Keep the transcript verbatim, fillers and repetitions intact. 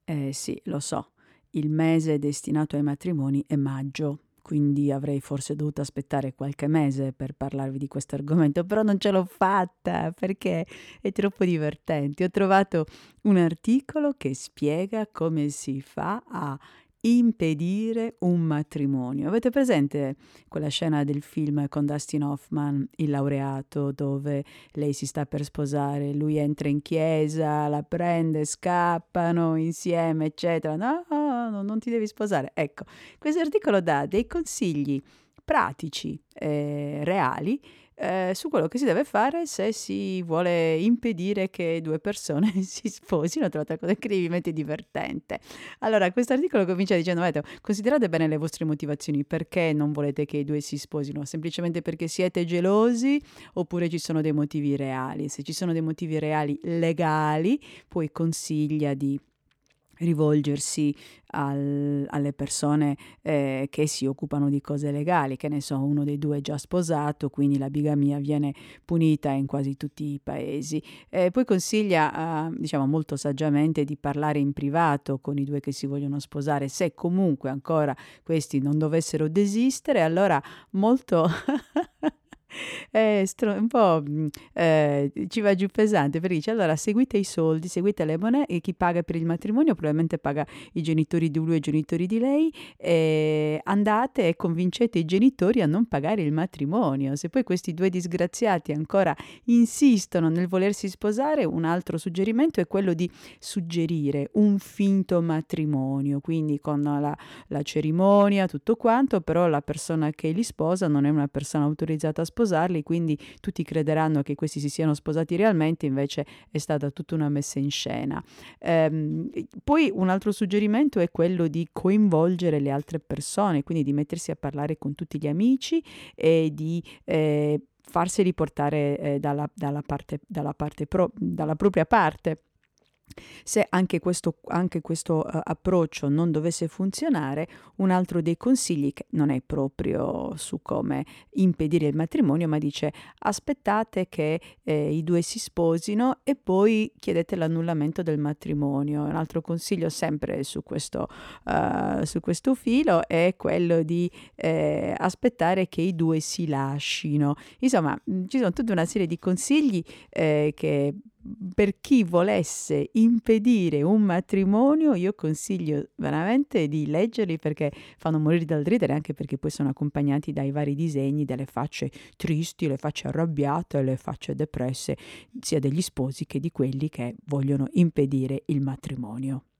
Eh sì, lo so, il mese destinato ai matrimoni è maggio, quindi avrei forse dovuto aspettare qualche mese per parlarvi di questo argomento, però non ce l'ho fatta perché è troppo divertente. Ho trovato un articolo che spiega come si fa a impedire un matrimonio. Avete presente quella scena del film con Dustin Hoffman, il laureato, dove lei si sta per sposare, lui entra in chiesa, la prende, scappano insieme, eccetera. No, no, non ti devi sposare. Ecco, questo articolo dà dei consigli pratici, eh, reali, eh, su quello che si deve fare se si vuole impedire che due persone si sposino. Tra l'altro, cosa incredibilmente divertente. Allora, questo articolo comincia dicendo: "Vedete, considerate bene le vostre motivazioni, perché non volete che i due si sposino? Semplicemente perché siete gelosi oppure ci sono dei motivi reali? Se ci sono dei motivi reali legali, poi consiglia di rivolgersi al- alle persone eh, che si occupano di cose legali, che ne so, uno dei due è già sposato, quindi la bigamia viene punita in quasi tutti i paesi. Eh, poi consiglia, eh, diciamo molto saggiamente, di parlare in privato con i due che si vogliono sposare, se comunque ancora questi non dovessero desistere, allora molto è stro- un po' mh, eh, ci va giù pesante, perché dice: allora seguite i soldi, seguite le monete, e chi paga per il matrimonio probabilmente paga i genitori di lui e i genitori di lei, e andate e convincete i genitori a non pagare il matrimonio. Se poi questi due disgraziati ancora insistono nel volersi sposare, un altro suggerimento è quello di suggerire un finto matrimonio, quindi con la, la cerimonia, tutto quanto, però la persona che li sposa non è una persona autorizzata a sposarli, quindi tutti crederanno che questi si siano sposati realmente, invece è stata tutta una messa in scena. Ehm, poi un altro suggerimento è quello di coinvolgere le altre persone, quindi di mettersi a parlare con tutti gli amici e di eh, farseli portare eh, dalla, dalla parte, dalla parte pro, dalla propria parte. Se anche questo, anche questo eh, approccio non dovesse funzionare, un altro dei consigli, che non è proprio su come impedire il matrimonio, ma dice: aspettate che eh, i due si sposino e poi chiedete l'annullamento del matrimonio. Un altro consiglio sempre su questo, eh, su questo filo è quello di eh, aspettare che i due si lascino. Insomma, mh, ci sono tutta una serie di consigli eh, che per chi volesse impedire un matrimonio, io consiglio veramente di leggerli, perché fanno morire dal ridere, anche perché poi sono accompagnati dai vari disegni delle facce tristi, le facce arrabbiate, le facce depresse, sia degli sposi che di quelli che vogliono impedire il matrimonio.